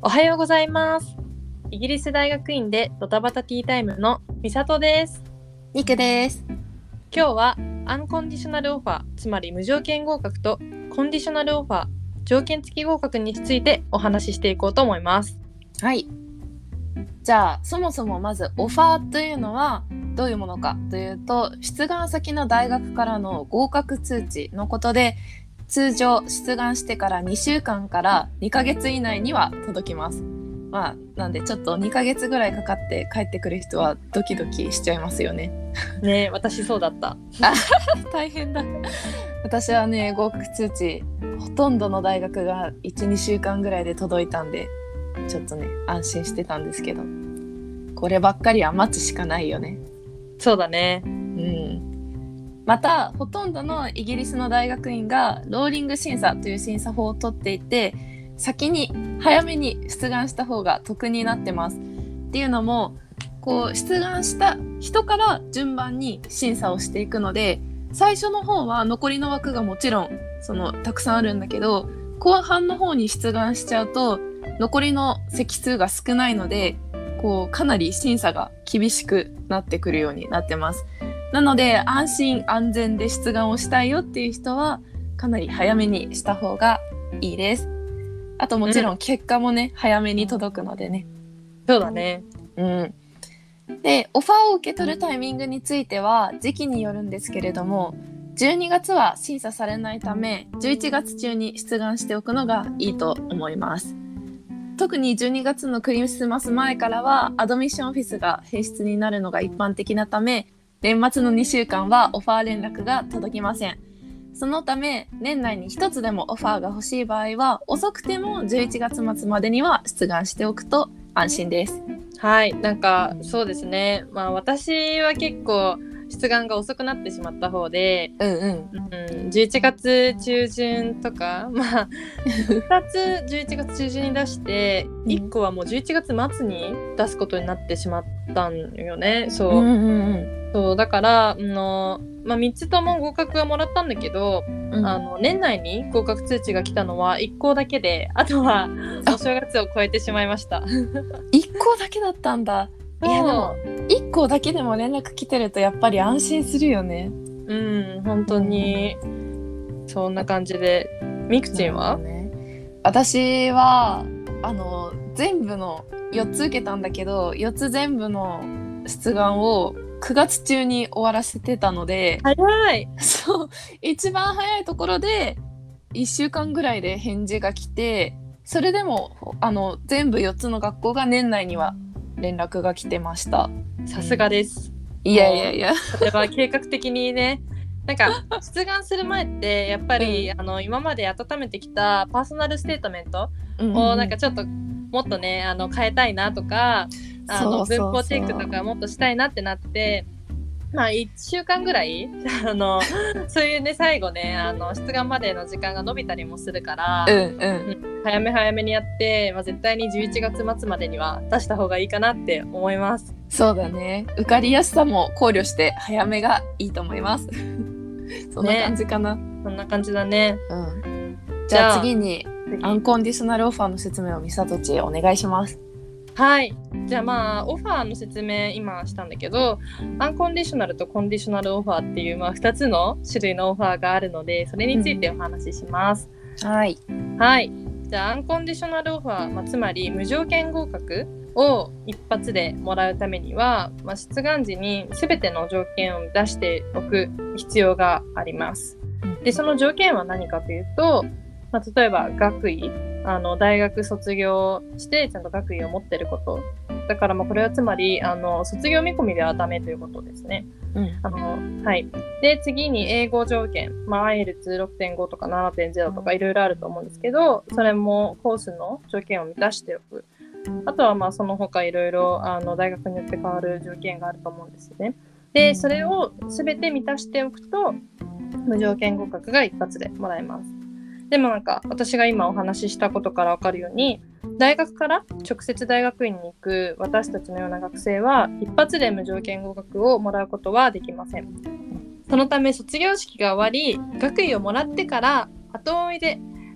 おはようございます。イギリス大学院でドタバタティータイムのみさとです。 ニクです。 今日はアンコンディショナルオファー、つまり無条件合格とコンディショナルオファー、条件付き合格についてお話ししていこうと思います。 はい。じゃあそもそもまずオファーというのはどういうものかというと、出願先の大学からの合格通知のことで、通常出願してから2週間から2ヶ月以内には届きます。なんでちょっと2ヶ月ぐらいかかって帰ってくる人はドキドキしちゃいますよね。 ねえ、私そうだった。 大変だ。私はね、合格通知ほとんどの大学が 1,2 週間ぐらいで届いたんで、ちょっとね安心してたんですけど、こればっかりは待つしかないよね。 そうだね。 またほとんどのイギリスの大学院がローリング審査という審査法を取っていて、先に早めに出願した方が得になってます。っていうのも、こう出願した人から順番に審査をしていくので、最初の方は残りの枠がもちろんたくさんあるんだけど、後半の方に出願しちゃうと残りの席数が少ないので、かなり審査が厳しくなってくるようになってます。なので安心安全で出願をしたいよっていう人はかなり早めにした方がいいです。あともちろん結果もね、早めに届くのでね。 そうだね。 で、オファーを受け取るタイミングについては時期によるんですけれども、12月は審査されないため11月中に出願しておくのがいいと思います。特に12月のクリスマス前からはアドミッションオフィスが閉室になるのが一般的なため、年末の2週間はオファー連絡が届きません。そのため年内に一つでもオファーが欲しい場合は、遅くても11月末までには出願しておくと安心です。 はい、なんかそうですね。私は結構出願が遅くなってしまった方で、11月中旬とか、2つ11月中旬に出して、1個はもう11月末に出すことになってしまったんよね。そうだから、3つとも合格はもらったんだけど、年内に合格通知が来たのは1校だけで、あとはお正月を超えてしまいました。 1校だけだったんだ。いやでも1校だけでも連絡来てるとやっぱり安心するよね。 本当にそんな感じで。みくちんは？ 私は全部の4つ受けたんだけど、4つ全部の出願を9月中に終わらせてたので、 早い。 そう、一番早いところで1週間ぐらいで返事が来て、それでも全部4つの学校が年内には連絡が来てました。 さすがです。 いやそれは計画的にね。なんか出願する前ってやっぱり、今まで温めてきたパーソナルステートメントをなんかちょっともっとね変えたいなとか、文法チェックとかもっとしたいなってなって、1週間ぐらいそういうね、最後ね出願までの時間が延びたりもするから、早めにやって、絶対に11月末までには出した方がいいかなって思います。 そうだね、受かりやすさも考慮して早めがいいと思います。そんな感じかな、 そんな感じだね。 じゃあ次にアンコンディショナルオファーの説明をみさとちお願いします。 はい、じゃあオファーの説明今したんだけど、アンコンディショナルとコンディショナルオファーっていう2つの種類のオファーがあるので、それについてお話しします。はい、じゃあアンコンディショナルオファー、つまり無条件合格を一発でもらうためには、出願時に全ての条件を満たしておく必要があります。で、その条件は何かというと、例えば学位、大学卒業してちゃんと学位を持ってること。だからこれはつまり卒業見込みではダメということですね。で、次に英語条件、IELTS6.5 とか 7.0 とかいろいろあると思うんですけど、それもコースの条件を満たしておく。あとはその他いろいろ大学によって変わる条件があると思うんですよね。で、それを全て満たしておくと無条件合格が一発でもらえます。でも私が今お話ししたことから分かるように、大学から直接大学院に行く私たちのような学生は一発で無条件合格をもらうことはできません。そのため卒業式が終わり学位をもらってから後追いで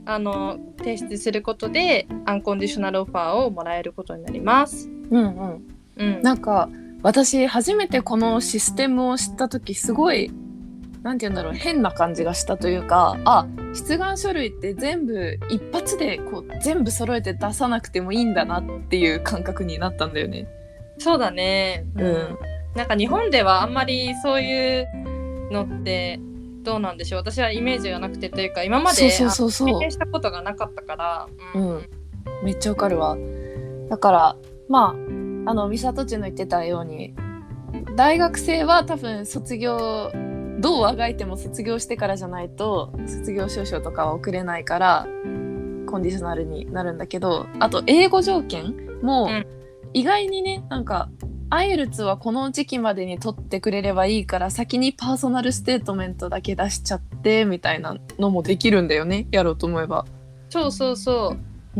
提出することでアンコンディショナルオファーをもらえることになります。 なんか私初めてこのシステムを知った時すごいなんて言うんだろう、変な感じがしたというか、出願書類って全部一発でこう全部揃えて出さなくてもいいんだなっていう感覚になったんだよね。 そうだね、なんか日本ではあんまりそういうのってどうなんでしょう。私はイメージがなくてというか今まで経験したことがなかったから、 めっちゃわかるわ。だから美里ちの言ってたように大学生は多分卒業どうあがいても卒業してからじゃないと卒業証書とかは送れないからコンディショナルになるんだけど、あと英語条件も意外にね、なんかIELTS はこの時期までに取ってくれればいいから先にパーソナルステートメントだけ出しちゃってみたいなのもできるんだよね、やろうと思えば。 そう、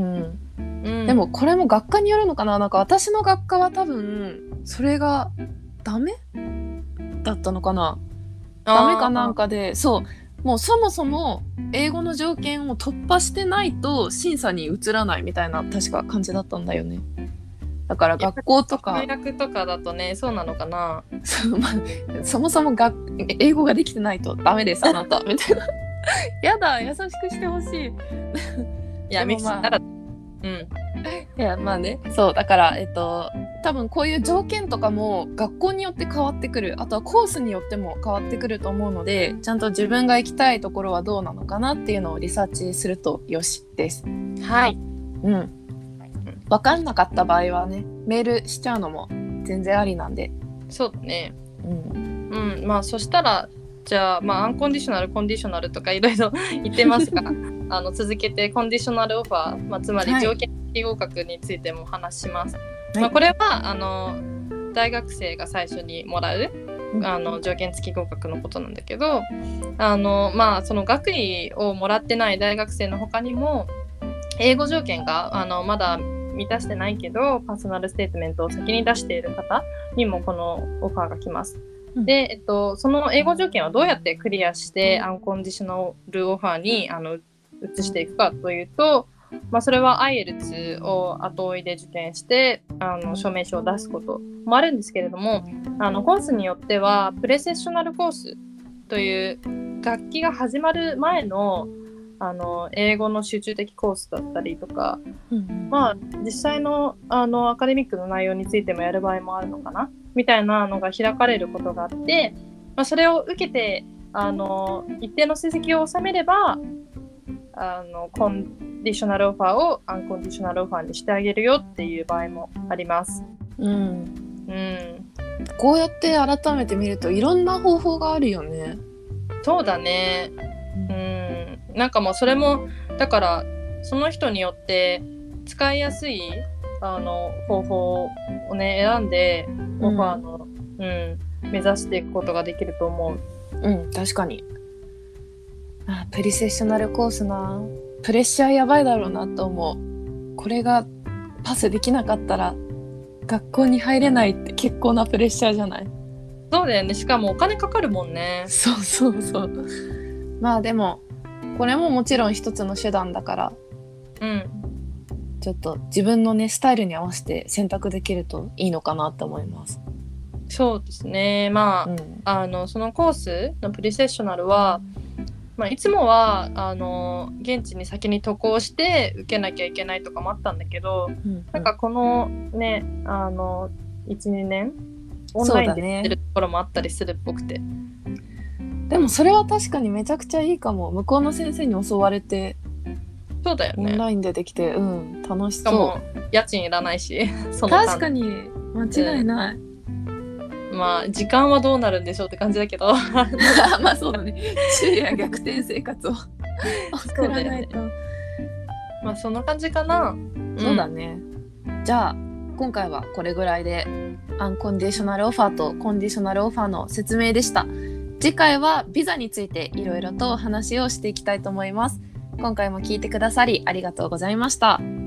でもこれも学科によるのかな。なんか私の学科は多分それがダメだったのかな。ダメかなんかで、もうそもそも英語の条件を突破してないと審査に移らないみたいな確か感じだったんだよね。だから学校とか大学とかだとね、そうなのかな。 そもそも英語ができてないとダメですあなたみたいな。やだ、優しくしてほしい。いや、ミキさんならいやそうだから多分こういう条件とかも学校によって変わってくる、あとはコースによっても変わってくると思うので、ちゃんと自分が行きたいところはどうなのかなっていうのをリサーチするとよしです。 はい。 分かんなかった場合はね、メールしちゃうのも全然ありなんで。 そうだね。そしたらじゃあアンコンディショナルコンディショナルとかいろいろ言ってますが続けてコンディショナルオファー、つまり条件付き合格についてもお話しします。これは大学生が最初にもらう条件付き合格のことなんだけど、その学位をもらってない大学生の他にも英語条件がまだ満たしてないけどパーソナルステートメントを先に出している方にもこのオファーが来ます。で、その英語条件はどうやってクリアしてアンコンディショナルオファーに移していくかというと、それは IELTS を後追いで受験して証明書を出すこともあるんですけれども、コースによってはプレセッショナルコースという学期が始まる前の英語の集中的コースだったりとか、実際のアカデミックの内容についてもやる場合もあるのかなみたいなのが開かれることがあって、それを受けて一定の成績を収めればコンディショナルオファーをアンコンディショナルオファーにしてあげるよっていう場合もあります。 こうやって改めて見るといろんな方法があるよね。 そうだね。なんかもうそれもだからその人によって使いやすい方法をね選んでオファーの、目指していくことができると思う。 確かに。プリセッショナルコースな、プレッシャーやばいだろうなと思う。これがパスできなかったら学校に入れないって結構なプレッシャーじゃない？ そうだよね。しかもお金かかるもんね。 そうでもこれももちろん一つの手段だから、ちょっと自分のねスタイルに合わせて選択できるといいのかなと思います。 そうですね。そのコースのプリセッショナルは、いつもは現地に先に渡航して受けなきゃいけないとかもあったんだけど、なんかこのね1、2年オンラインでやってるところもあったりするっぽくて、 でもそれは確かにめちゃくちゃいいかも。向こうの先生に教われて、 そうだよね、 オンラインでできて、楽しそう。 しかも家賃いらないしその確かに間違いない、 時間はどうなるんでしょうって感じだけどそうだね。昼夜逆転生活を送らないと、 そんな感じかな。 そうだね。じゃあ今回はこれぐらいでアンコンディショナルオファーとコンディショナルオファーの説明でした。次回はビザについていろいろとお話をしていきたいと思います。今回も聞いてくださりありがとうございました。